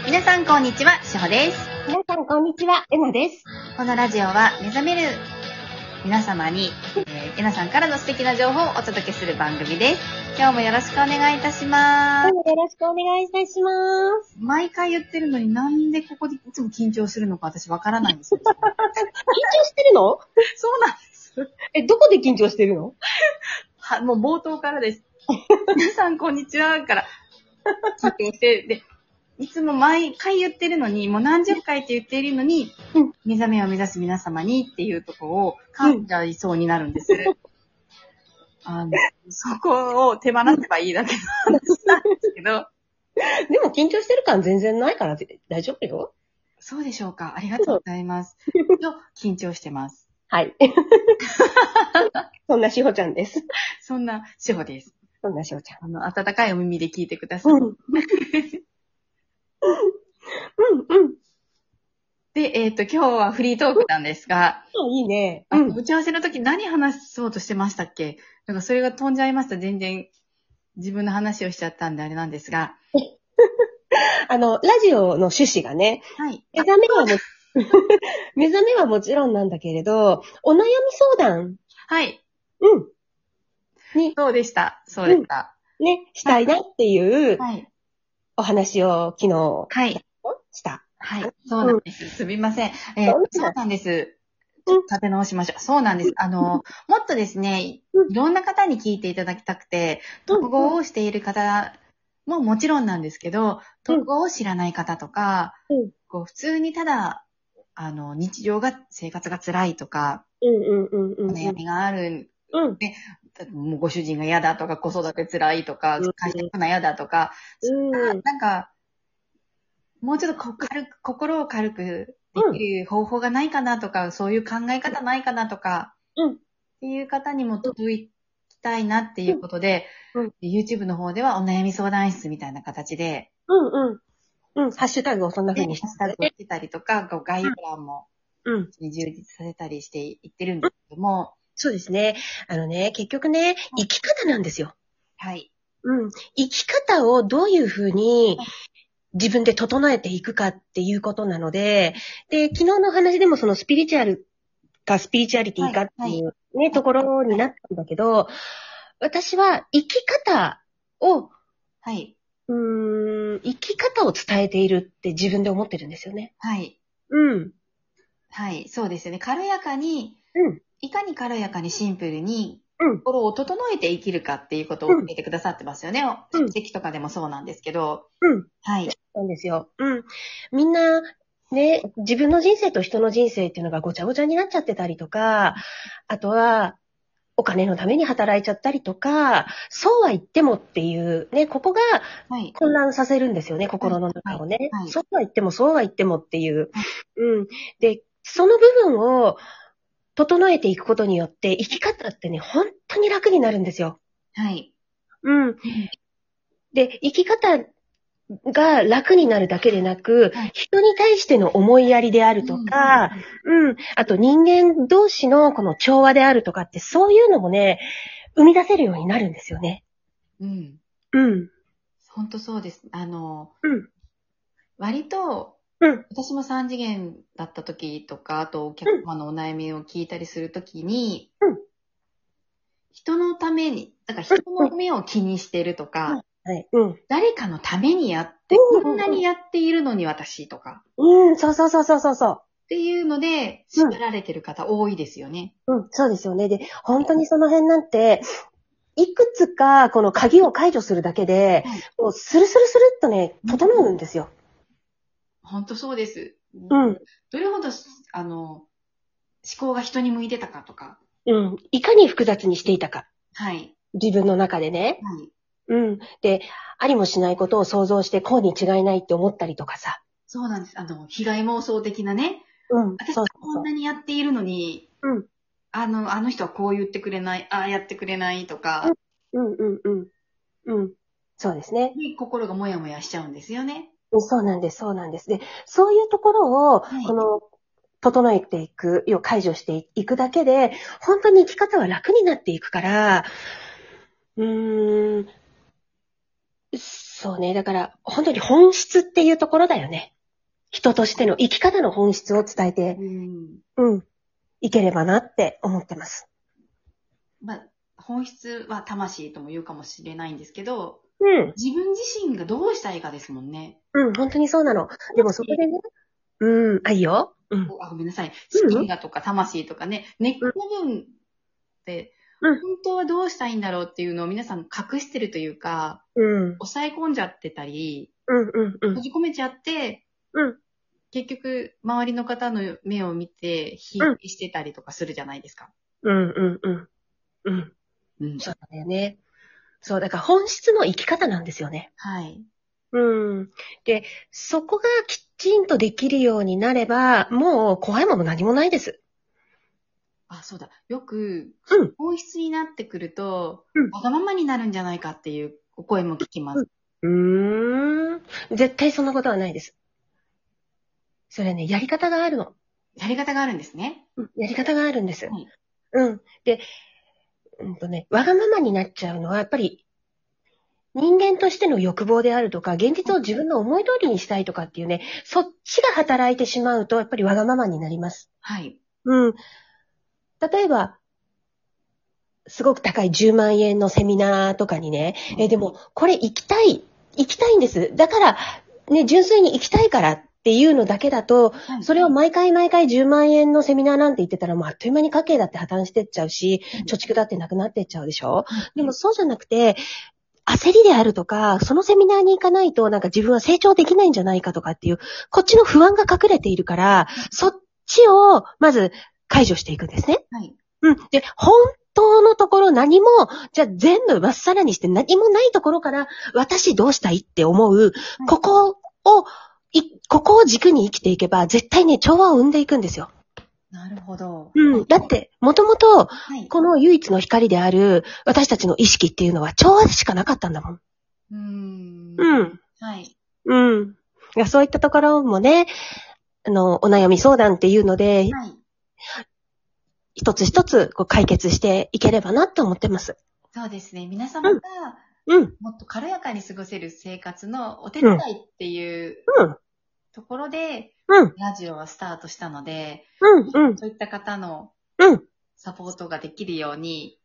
皆さんこんにちは、しほです。 皆さんこんにちは、えなです。 このラジオは目覚める皆様に、皆さんからの素敵な情報をお届けする番組です。今日もよろしくお願いいたします。 よろしくお願いいたします。 毎回言ってるのになんでここでいつも緊張するのか私わからないんですよ。 緊張してるの？ そうなんです。 どこで緊張してるの？ もう冒頭からです。皆さんこんにちはから緊張して、で、いつも毎回言ってるのに、もう何十回って言っているのに、目覚めを目指す皆様にっていうところを噛んじゃいそうになるんです。そこを手放せばいいだけの話なんですけど。 でも緊張してる感全然ないから大丈夫よ。 そうでしょうか。ありがとうございます。緊張してます。 はい。そんなしほちゃんです。 そんなしほです。 そんなしほちゃん。 温かいお耳で聞いてください。で、今日はフリートークなんですが。 いいね。 打ち合わせの時何話そうとしてましたっけ？なんかそれが飛んじゃいました。全然自分の話をしちゃったんであれなんですが。 ラジオの趣旨がね、 はい。 目覚めはもちろんなんだけれど、お悩み相談。 はい。そうでした。そうでした。 ね、したいなっていう、 はい。 お話を昨日、 はい。 した。 はい。そうなんです。すみません。そうなんです。立て直しましょう。そうなんです。もっとですね、いろんな方に聞いていただきたくて、統合をしている方ももちろんなんですけど、統合を知らない方とか、こう普通にただ、日常が、生活が辛いとか、悩みがある、もうご主人が嫌だとか、子育て辛いとか、会社行くの嫌だとか、なんか、もうちょっと心を軽くできる方法がないかなとか、そういう考え方ないかなとか、っていう方にも届きたいなっていうことで、YouTube の方ではお悩み相談室みたいな形で、 ハッシュタグをそんな風にして、 ハッシュタグをしてたりとか、概要欄も充実させたりしていってるんですけども、 そうですね。結局ね、生き方なんですよ。 はい。 生き方をどういう風に自分で整えていくかっていうことなので、で、昨日の話でもそのスピリチュアルかスピリチュアリティかっていうね、ところになったんだけど、私は生き方を、生き方を伝えているって自分で思ってるんですよね。 はい。はい、そうですよね。軽やかに、いかに軽やかにシンプルに、心を整えて生きるかっていうことを教えてくださってますよね。書籍とかでもそうなんですけど。はい。 そうなんですよ。みんな、ね、自分の人生と人の人生っていうのがごちゃごちゃになっちゃってたりとか、あとは、お金のために働いちゃったりとか、そうは言ってもっていうね、ここが混乱させるんですよね、心の中をね。そうは言っても、そうは言ってもっていう。で、その部分を整えていくことによって、生き方ってね、本当に楽になるんですよ。 はい。 で、生き方が楽になるだけでなく、人に対しての思いやりであるとか、あと人間同士のこの調和であるとかって、そういうのもね、生み出せるようになるんですよね。 本当そうです。割と、私も3次元だった時とか、あとお客様のお悩みを聞いたりするときに、人のために、だから人の目を気にしてるとか、誰かのためにやって、こんなにやっているのに私とか。 そう。 っていうので、叱られてる方多いですよね。 そうですよね。で、本当にその辺なんて、いくつかこの鍵を解除するだけで、もうスルスルスルっとね、整うんですよ。 本当そうです。どれほど、思考が人に向いてたかとか。 いかに複雑にしていたか。 はい。 自分の中でね。で、ありもしないことを想像して、こうに違いないって思ったりとかさ。 そうなんです。被害妄想的なね。私はこんなにやっているのに、あの人はこう言ってくれない、ああやってくれないとか。 そうですね。 心がもやもやしちゃうんですよね。 そうなんです。で、そういうところを、この、整えていく、解除していくだけで、本当に生き方は楽になっていくから、 そうね。だから、本当に本質っていうところだよね。人としての生き方の本質を伝えて、いければなって思ってます。 まあ、本質は魂とも言うかもしれないんですけど、 うん。 自分自身がどうしたいかですもんね。 うん、本当にそうなの。でもそこでね、いいよ。 ごめんなさい。 うん。 心がとか魂とかね、根っこの部分って、 うん。 本当はどうしたいんだろうっていうのを皆さん隠してるというか、 うん。 抑え込んじゃってたり、 うん。うん。うん。 閉じ込めちゃって、 うん。 結局、周りの方の目を見て、ひいうん。 きしてたりとかするじゃないですか。 うん。うん。うん。うん。 うん。 そうだよね。そう、だから本質の生き方なんですよね。 はい。 うん。で、そこがきちんとできるようになれば、もう怖いもの何もないです。 あ、そうだ。よく、 うん。 本質になってくると、 うん。 わがままになるんじゃないかっていうお声も聞きます。 絶対そんなことはないです。それね、やり方があるの。 やり方があるんですね。 やり方があるんです。 はい。 で、わがままになっちゃうのは、やっぱり人間としての欲望であるとか、現実を自分の思い通りにしたいとかっていうね、そっちが働いてしまうと、やっぱりわがままになります。 はい。 うん。例えば、すごく高い10万円のセミナーとかにね、でも、これ行きたいんです。だから、ね、純粋に行きたいからっていうのだけだと、 はい。 それを毎回10万円のセミナーなんて言ってたら、もうあっという間に家計だって破綻してっちゃうし、貯蓄だってなくなってっちゃうでしょ。でもそうじゃなくて、焦りであるとか、そのセミナーに行かないとなんか自分は成長できないんじゃないかとかっていう、こっちの不安が隠れているから、そっちをまず解除していくんですね。 はい。 で、本当のところ何も、じゃあ全部まっさらにして何もないところから、私どうしたいって思う、ここを軸に生きていけば、絶対ね、調和を生んでいくんですよ。 なるほど。 だって、もともと、 はい。 この唯一の光である、私たちの意識っていうのは調和でしかなかったんだもん。 はい。 いやそういったところもね、お悩み相談っていうので、 はい。 一つ一つこう解決していければなって思ってます。 そうですね。皆様が、もっと軽やかに過ごせる生活のお手伝いっていうところで、ラジオはスタートしたので、そういった方のサポートができるように、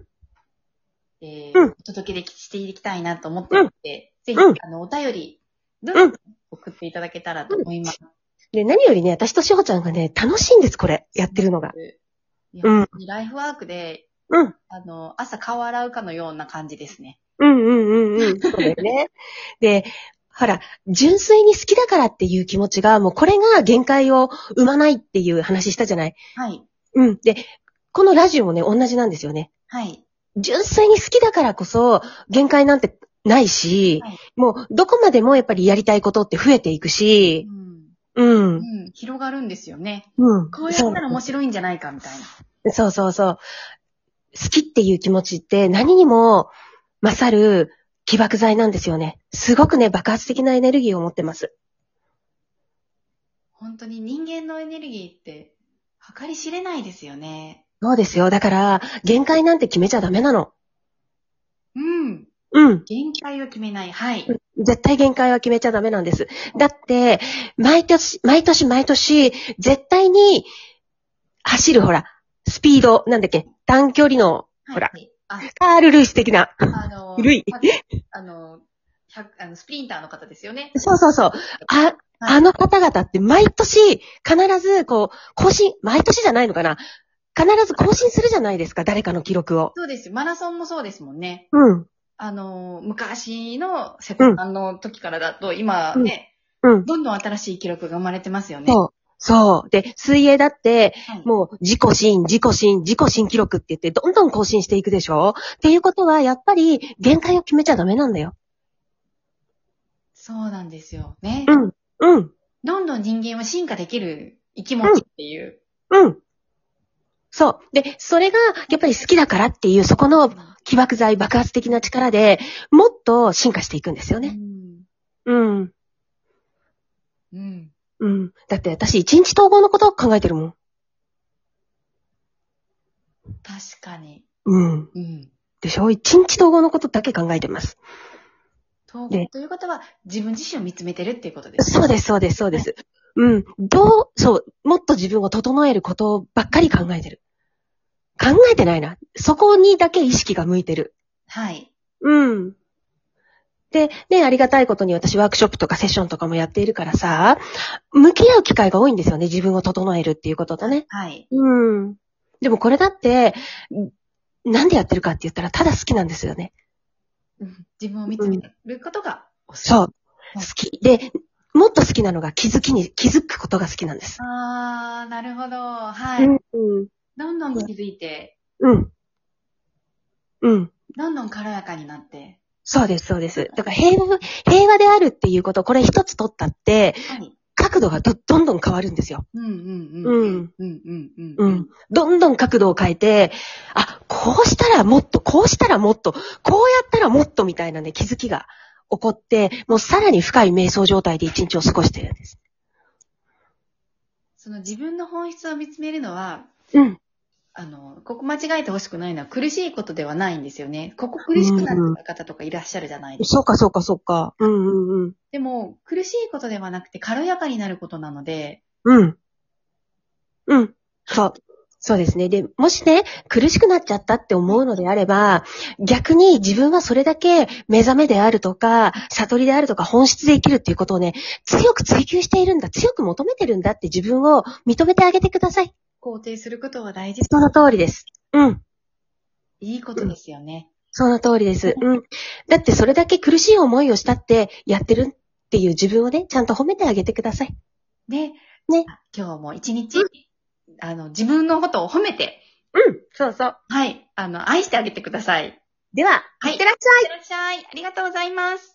お届けしていきたいなと思っていて、ぜひ、お便り、どんどん送っていただけたらと思います。 で、何よりね、私としほちゃんがね、楽しいんです、これ、やってるのが。 ライフワークで、朝顔洗うかのような感じですね。 そうだよね。で、ほら、純粋に好きだからっていう気持ちが、もうこれが限界を生まないっていう話したじゃない。 はい。 で、このラジオもね、同じなんですよね。 はい。 純粋に好きだからこそ、限界なんてないし、もう、どこまでもやっぱりやりたいことって増えていくし、 広がるんですよね。こうやそうったら面白いんじゃないかみたいな。 そう。好きっていう気持ちって何にも勝る起爆剤なんですよね。すごくね、爆発的なエネルギーを持ってます。 本当に人間のエネルギーって計り知れないですよね。 そうですよ。だから、限界なんて決めちゃダメなの。 限界を決めない。はい。 絶対限界は決めちゃダメなんです。だって、毎年、絶対に走るほら、スピード、なんだっけ、短距離の、ほら、カール・ルイス的な。ルイ。 スプリンターの方ですよね。 そう。あの方々って毎年、必ず、更新、毎年じゃないのかな。必ず更新するじゃないですか、誰かの記録を。 そうですよ。マラソンもそうですもんね。昔の瀬戸さんの時からだと、今ね、どんどん新しい記録が生まれてますよね。 そう。で、水泳だって、もう自己新記録って言って、どんどん更新していくでしょっていうことは、やっぱり、限界を決めちゃダメなんだよ。 そうなんですよ。ね。どんどん人間は進化できる生き物っていう。そう。で、それが、やっぱり好きだからっていう、そこの起爆剤、爆発的な力でもっと進化していくんですよね。だって私、一日統合のことを考えてるもん。確かに。でしょ？一日統合のことだけ考えてます。 統合でということは、自分自身を見つめてるっていうことですね。 そうです、そうです、そうです。うん。もっと自分を整えることばっかり考えてる。考えてないな。そこにだけ意識が向いてる。 はい。 うん。で、ね、ありがたいことに私ワークショップとかセッションとかもやっているからさ、向き合う機会が多いんですよね。自分を整えるっていうこととね。 はい。 うん。でもこれだって、なんでやってるかって言ったら、ただ好きなんですよね。 自分を見つめることがお好き。 そう。好はいき。で、もっと好きなのが気づくことが好きなんです。 あー、なるほど。はい。 うん。うん。 どんどん気づいて、 うん。うん。 どんどん軽やかになって。 そうです、そうです。だから平和であるっていうこと、これ一つ取ったって、 はい。 角度がどんどん変わるんですよ。 うんうんうん。 うん。 うんうんうんうん。どんどん角度を変えて、あ、こうしたらもっと、こうしたらもっと、こうやったらもっとみたいなね、気づきが起こって、もうさらに深い瞑想状態で一日を過ごしているんです。 その自分の本質を見つめるのは、 うん。 ここ間違えてほしくないのは苦しいことではないんですよね。ここ苦しくなっうん。 た方とかいらっしゃるじゃないですか。 そうか、そうか、そうか。うんうんうん。 でも、苦しいことではなくて軽やかになることなので、 うん。うん。そう。そうですね。で、もしね、苦しくなっちゃったって思うのであれば、逆に自分はそれだけ目覚めであるとか、悟りであるとか、本質で生きるっていうことをね、強く追求しているんだ、強く求めてるんだって自分を認めてあげてください。 肯定することは大事です。 その通りです。うん。 いいことですよね。 その通りです。うん。だってそれだけ苦しい思いをしたってやってるっていう自分をね、ちゃんと褒めてあげてください。 で、 ね。 今日も一日、自分のことを褒めて、 うん。そうそう。 はい、愛してあげてください。 では、 はい。 いってらっしゃい。 いってらっしゃい。ありがとうございます。